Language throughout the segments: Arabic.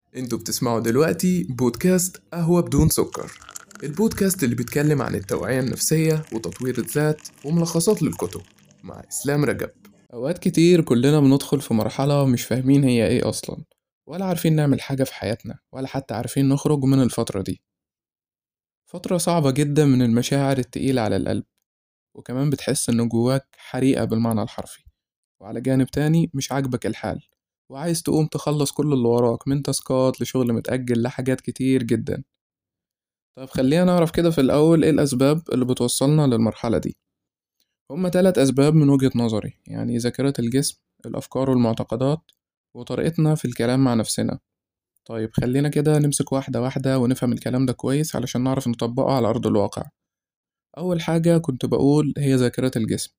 انتوا بتسمعوا دلوقتي بودكاست قهوة بدون سكر. البودكاست اللي بيتكلم عن التوعية النفسية وتطوير الذات وملخصات للكتب مع إسلام رجب. أوقات كتير كلنا بندخل في مرحلة مش فاهمين هي ايه أصلا، ولا عارفين نعمل حاجة في حياتنا، ولا حتى عارفين نخرج من الفترة دي. فترة صعبة جدا من المشاعر التقيلة على القلب، وكمان بتحس إن جواك حريقة بالمعنى الحرفي، وعلى جانب تاني مش عاجبك الحال، وعايز تقوم تخلص كل اللي وراك من تاسكات لشغل متأجل لحاجات كتير جدا. طيب خلينا نعرف كده في الأول ايه الأسباب اللي بتوصلنا للمرحلة دي. هما 3 أسباب من وجهة نظري، يعني ذاكرة الجسم، الأفكار والمعتقدات، وطريقتنا في الكلام مع نفسنا. طيب خلينا كده نمسك واحدة واحدة ونفهم الكلام ده كويس علشان نعرف نطبقه على أرض الواقع. أول حاجة كنت بقول هي ذاكرة الجسم.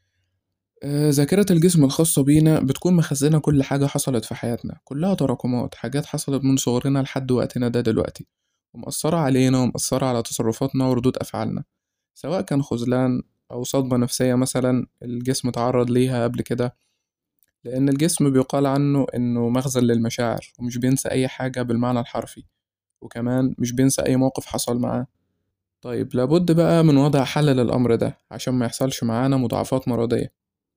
ذاكرة الجسم الخاصة بينا بتكون مخزنة كل حاجة حصلت في حياتنا، كلها تراكمات حاجات حصلت من صغرنا لحد وقتنا ده دلوقتي، ومأثرة علينا ومأثرة على تصرفاتنا وردود أفعالنا، سواء كان خذلان أو صدمة نفسية مثلا الجسم تعرض ليها قبل كده. لأن الجسم بيقال عنه إنه مخزن للمشاعر ومش بينسى أي حاجة بالمعنى الحرفي، وكمان مش بينسى أي موقف حصل معاه. طيب لابد بقى من وضع حل للأمر ده عشان ما يحصلش معانا مضاعفات مرضية،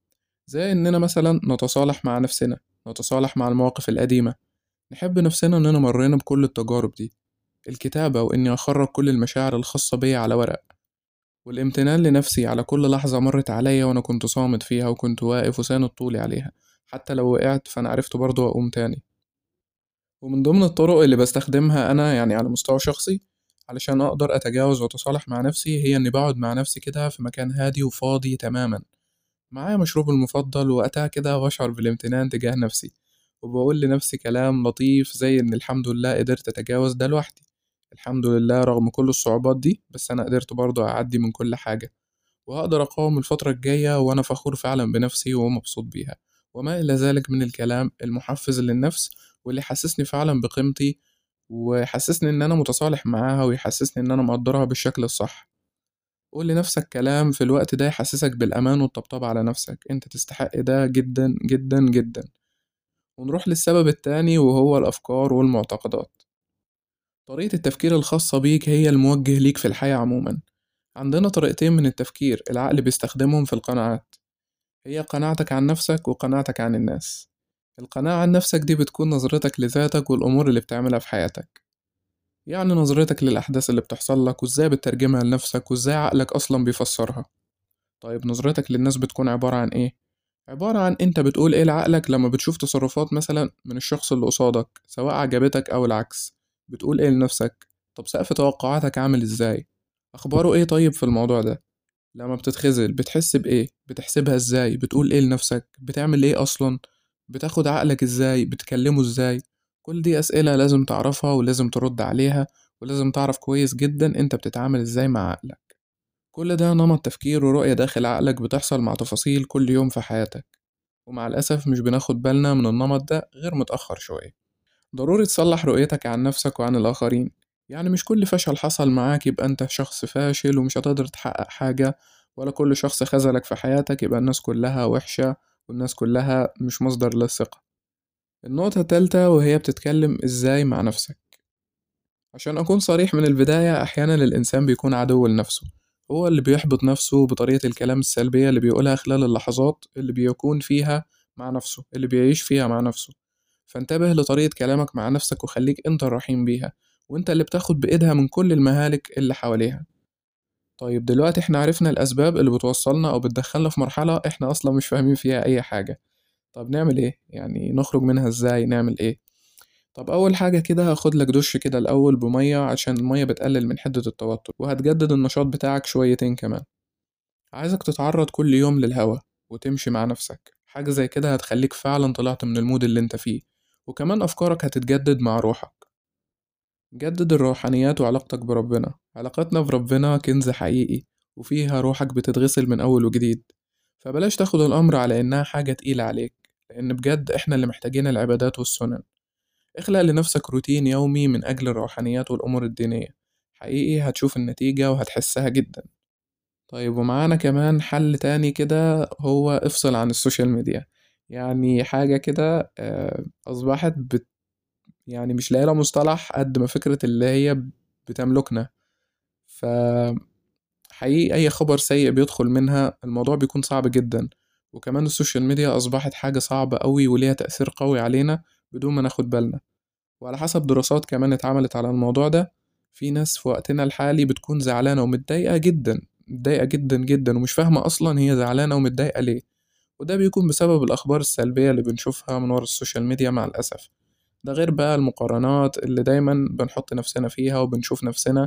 زي إننا مثلا نتصالح مع نفسنا، نتصالح مع المواقف القديمة، نحب نفسنا إننا مرينا بكل التجارب دي. الكتابة وإني أخرج كل المشاعر الخاصة بيا على ورق، والامتنان لنفسي على كل لحظة مرت عليا وأنا كنت صامت فيها وكنت واقف وساند طولي عليها، حتى لو وقعت فأنا عرفت برضه أقوم تاني. ومن ضمن الطرق اللي بستخدمها أنا يعني على مستوى شخصي علشان أقدر أتجاوز وأتصالح مع نفسي، هي إني بقعد مع نفسي كده في مكان هادي وفاضي تماما، معايا مشروبي المفضل، وقتها كده بشعر بالامتنان تجاه نفسي، وبقول لنفسي كلام لطيف زي إن الحمد لله قدرت أتجاوز ده لوحدي. الحمد لله رغم كل الصعوبات دي بس أنا قدرت برضه أعدي من كل حاجة، وهقدر أقاوم الفترة الجاية وأنا فخور فعلا بنفسي ومبسوط بيها. وما إلى ذلك من الكلام المحفز للنفس، واللي يحسسني فعلا بقيمتي، ويحسسني إن أنا متصالح معاها، ويحسسني إن أنا مقدرها بالشكل الصح. قول لنفسك كلام في الوقت ده يحسسك بالأمان والطبطبة على نفسك، انت تستحق ده جدا جدا جدا. ونروح للسبب التاني وهو الأفكار والمعتقدات. طريقة التفكير الخاصة بيك هي الموجه ليك في الحياة عموما. عندنا طريقتين من التفكير العقل بيستخدمهم في القناعات، هي قناعتك عن نفسك وقناعتك عن الناس. القناعة عن نفسك دي بتكون نظرتك لذاتك والأمور اللي بتعملها في حياتك، يعني نظرتك للأحداث اللي بتحصل لك وإزاي بتترجمها لنفسك وإزاي عقلك أصلا بيفسرها. طيب نظرتك للناس بتكون عبارة عن إيه؟ عبارة عن أنت بتقول إيه لعقلك لما بتشوف تصرفات مثلا من الشخص اللي قصادك سواء عجبتك أو العكس. بتقول إيه لنفسك؟ طب سقف توقعاتك عامل إزاي؟ أخباره إيه طيب في الموضوع ده؟ لما بتتخذل بتحس بإيه؟ بتحسبها إزاي؟ بتقول إيه لنفسك؟ بتعمل إيه أصلا؟ بتاخد عقلك إزاي؟ بتكلمه إزاي؟ كل دي أسئلة لازم تعرفها ولازم ترد عليها، ولازم تعرف كويس جدا أنت بتتعامل إزاي مع عقلك. كل ده نمط تفكير ورؤية داخل عقلك بتحصل مع تفاصيل كل يوم في حياتك، ومع الأسف مش بناخد بالنا من النمط ده غير متأخر شوية. ضروري تصلح رؤيتك عن نفسك وعن الآخرين، يعني مش كل فشل حصل معاك يبقى أنت شخص فاشل ومش هتقدر تحقق حاجة، ولا كل شخص خذلك في حياتك يبقى الناس كلها وحشة والناس كلها مش مصدر للثقة. النقطة التالتة وهي بتتكلم إزاي مع نفسك. عشان أكون صريح من البداية، أحيانا الإنسان بيكون عدو لنفسه، هو اللي بيحبط نفسه بطريقة الكلام السلبية اللي بيقولها خلال اللحظات اللي بيكون فيها مع نفسه، اللي بيعيش فيها مع نفسه. فانتبه لطريقة كلامك مع نفسك وخليك انت الرحيم بيها، وانت اللي بتاخد بإيدها من كل المهالك اللي حواليها. طيب دلوقتي احنا عرفنا الأسباب اللي بتوصلنا أو بتدخلنا في مرحلة احنا أصلا مش فاهمين فيها أي حاجة. طب نعمل ايه؟ يعني نخرج منها ازاي؟ نعمل ايه؟ طب أول حاجة كده هاخد لك دش كده الأول بمية، عشان المية بتقلل من حدة التوتر وهتجدد النشاط بتاعك شويتين كمان. عايزك تتعرض كل يوم للهوا وتمشي مع نفسك، حاجة زي كده هتخليك فعلا طلعت من المود اللي انت فيه، وكمان أفكارك هتتجدد مع روحك. جدد الروحانيات وعلاقتك بربنا، علاقتنا بربنا كنز حقيقي، وفيها روحك بتتغسل من أول وجديد. فبلاش تاخد الأمر على إنها حاجة تقيلة عليك، لأن بجد إحنا اللي محتاجين العبادات والسنن. اخلق لنفسك روتين يومي من أجل الروحانيات والأمور الدينية، حقيقي هتشوف النتيجة وهتحسها جدا. طيب ومعانا كمان حل تاني كده، هو افصل عن السوشيال ميديا. يعني حاجة كده أصبحت يعني مش لاقي لها مصطلح قد ما فكرة اللي هي بتملكنا. فحقيقي أي خبر سيء بيدخل منها الموضوع بيكون صعب جدا. وكمان السوشيال ميديا أصبحت حاجة صعبة قوي وليها تأثير قوي علينا بدون ما ناخد بالنا. وعلى حسب دراسات كمان اتعملت على الموضوع ده، في ناس في وقتنا الحالي بتكون زعلانة ومتضايقة جدا، متضايقة جدا جدا، ومش فاهمة أصلا هي زعلانة ومتضايقة ليه. وده بيكون بسبب الأخبار السلبية اللي بنشوفها من ورا السوشيال ميديا مع الأسف. ده غير بقى المقارنات اللي دايما بنحط نفسنا فيها، وبنشوف نفسنا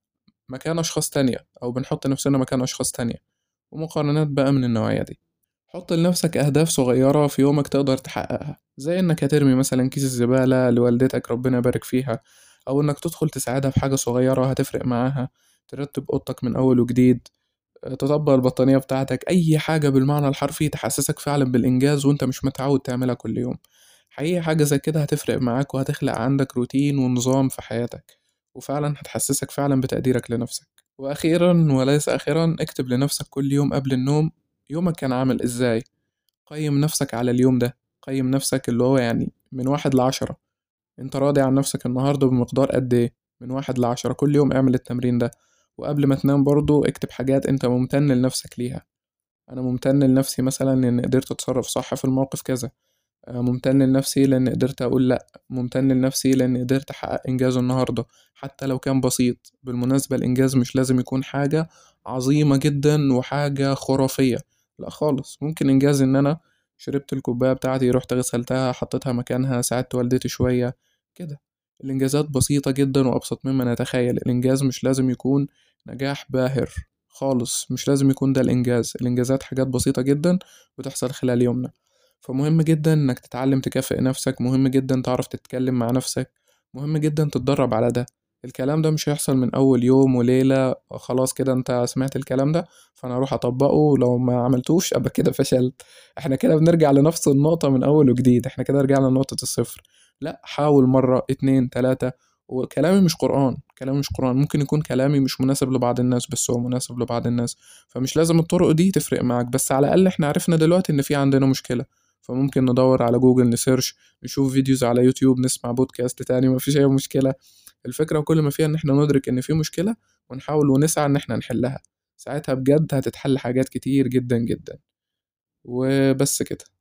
مكان أشخاص تانية، أو بنحط نفسنا مكان أشخاص تانية. ومقارنات بقى من النوعية دي. حط لنفسك أهداف صغيرة في يومك تقدر تحققها، زي إنك هترمي مثلا كيس الزبالة لوالدتك ربنا يبارك فيها، أو إنك تدخل تساعدها في حاجة صغيرة هتفرق معاها، ترتب أوضتك من أول وجديد، تطبق البطانية بتاعتك، أي حاجة بالمعنى الحرفي تحسسك فعلا بالإنجاز وإنت مش متعود تعملها كل يوم. حقيقي حاجة زي كده هتفرق معاك وهتخلق عندك روتين ونظام في حياتك، وفعلا هتحسسك فعلا بتقديرك لنفسك. وأخيرا وليس آخرا، اكتب لنفسك كل يوم قبل النوم يومك كان عامل إزاي. قيم نفسك على اليوم ده، قيم نفسك اللي هو يعني من 1 ل10. انت راضي عن نفسك النهاردة بمقدار قد ايه؟ من 1 ل10. كل يوم اعمل التمرين ده. وقبل ما تنام برضو اكتب حاجات انت ممتن لنفسك ليها. انا ممتن لنفسي مثلا ان قدرت اتصرف صح في الموقف كذا. ممتن لنفسي لأن قدرت أقول لأ، ممتن لنفسي لأن قدرت أحقق إنجاز النهاردة حتى لو كان بسيط. بالمناسبة الإنجاز مش لازم يكون حاجة عظيمة جدا وحاجة خرافية، لأ خالص. ممكن إنجاز إن أنا شربت الكوباية بتاعتي، رحت غسلتها حطيتها مكانها، ساعدت والدتي شوية كده. الإنجازات بسيطة جدا وأبسط مما نتخيل. الإنجاز مش لازم يكون نجاح باهر خالص، مش لازم يكون ده الإنجاز. الإنجازات حاجات بسيطة جدا بتحصل خلال يومنا. فمهم جدا انك تتعلم تكافئ نفسك، مهم جدا تعرف تتكلم مع نفسك، مهم جدا تتدرب على ده. الكلام ده مش هيحصل من اول يوم وليلة خلاص كده انت سمعت الكلام ده فانا اروح اطبقه، لو ما عملتوش ابقى كده فشلت. احنا كده بنرجع لنفس النقطة من اول وجديد، احنا كده رجعنا لنقطة الصفر. لا، حاول مرة اتنين تلاتة. وكلامي مش قرآن، كلامي مش قرآن. ممكن يكون كلامي مش مناسب لبعض الناس بس هو مناسب لبعض الناس. فمش لازم الطرق دي تفرق معاك، بس على الأقل احنا عرفنا دلوقتي إن في عندنا مشكلة. فممكن ندور على جوجل، نسيرش، نشوف فيديوز على يوتيوب، نسمع بودكاست تاني، مفيش أي مشكلة. الفكرة كل ما فيها إن احنا ندرك إن في مشكلة ونحاول ونسعى إن احنا نحلها. ساعتها بجد هتتحل حاجات كتير جدا جدا. وبس كده.